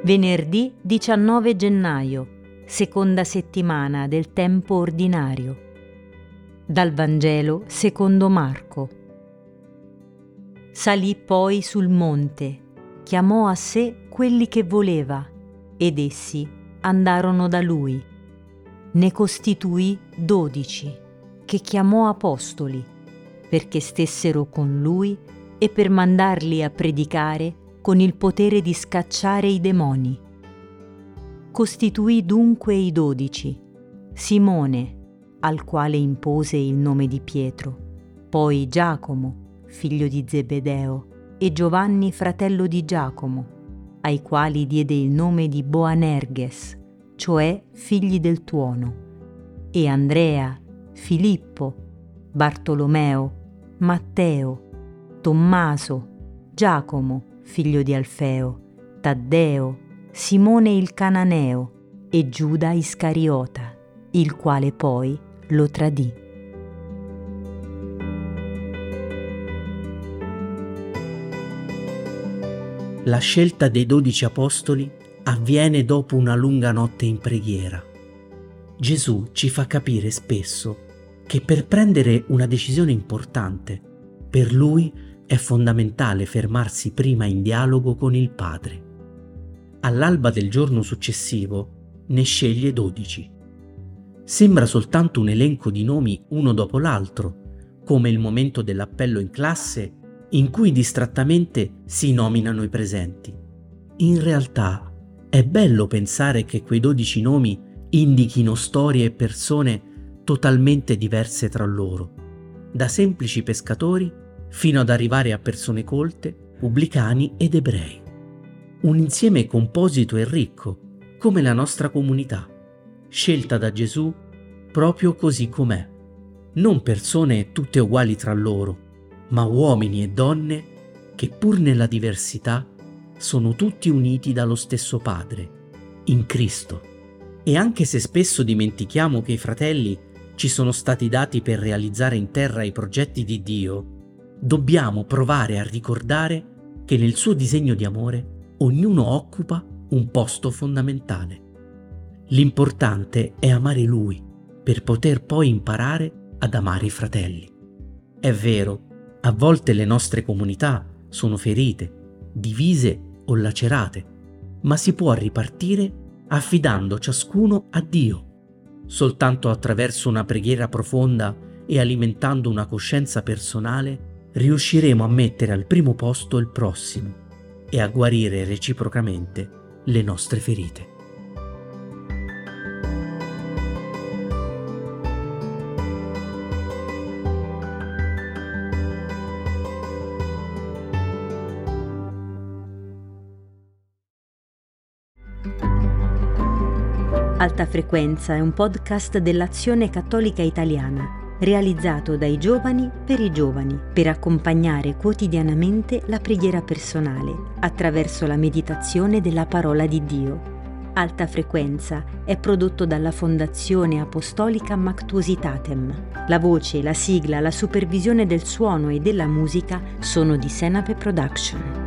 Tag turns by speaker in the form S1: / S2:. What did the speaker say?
S1: Venerdì 19 gennaio, seconda settimana del tempo ordinario. Dal Vangelo secondo Marco. Salì poi sul monte, chiamò a sé quelli che voleva, ed essi andarono da lui. Ne costituì 12, che chiamò apostoli, perché stessero con lui e per mandarli a predicare con il potere di scacciare i demoni. Costituì dunque i 12, Simone, al quale impose il nome di Pietro, poi Giacomo, figlio di Zebedeo, e Giovanni, fratello di Giacomo, ai quali diede il nome di Boanerges, cioè figli del tuono, e Andrea, Filippo, Bartolomeo, Matteo, Tommaso, Giacomo, figlio di Alfeo, Taddeo, Simone il Cananeo e Giuda Iscariota, il quale poi lo tradì.
S2: La scelta dei 12 apostoli avviene dopo una lunga notte in preghiera. Gesù ci fa capire spesso che per prendere una decisione importante, per lui è fondamentale fermarsi prima in dialogo con il Padre. All'alba del giorno successivo ne sceglie 12. Sembra soltanto un elenco di nomi uno dopo l'altro, come il momento dell'appello in classe in cui distrattamente si nominano i presenti. In realtà è bello pensare che quei 12 nomi indichino storie e persone totalmente diverse tra loro, da semplici pescatori fino ad arrivare a persone colte, pubblicani ed ebrei. Un insieme composito e ricco, come la nostra comunità, scelta da Gesù proprio così com'è. Non persone tutte uguali tra loro, ma uomini e donne che pur nella diversità sono tutti uniti dallo stesso Padre, in Cristo. E anche se spesso dimentichiamo che i fratelli ci sono stati dati per realizzare in terra i progetti di Dio, dobbiamo provare a ricordare che nel suo disegno di amore ognuno occupa un posto fondamentale. L'importante è amare Lui per poter poi imparare ad amare i fratelli. È vero, a volte le nostre comunità sono ferite, divise o lacerate, ma si può ripartire affidando ciascuno a Dio. Soltanto attraverso una preghiera profonda e alimentando una coscienza personale riusciremo a mettere al primo posto il prossimo e a guarire reciprocamente le nostre ferite.
S1: Alta Frequenza è un podcast dell'Azione Cattolica Italiana, realizzato dai giovani per accompagnare quotidianamente la preghiera personale attraverso la meditazione della parola di Dio. Alta Frequenza è prodotto dalla Fondazione Apostolica Mactuositatem. La voce, la sigla, la supervisione del suono e della musica sono di Senape Production.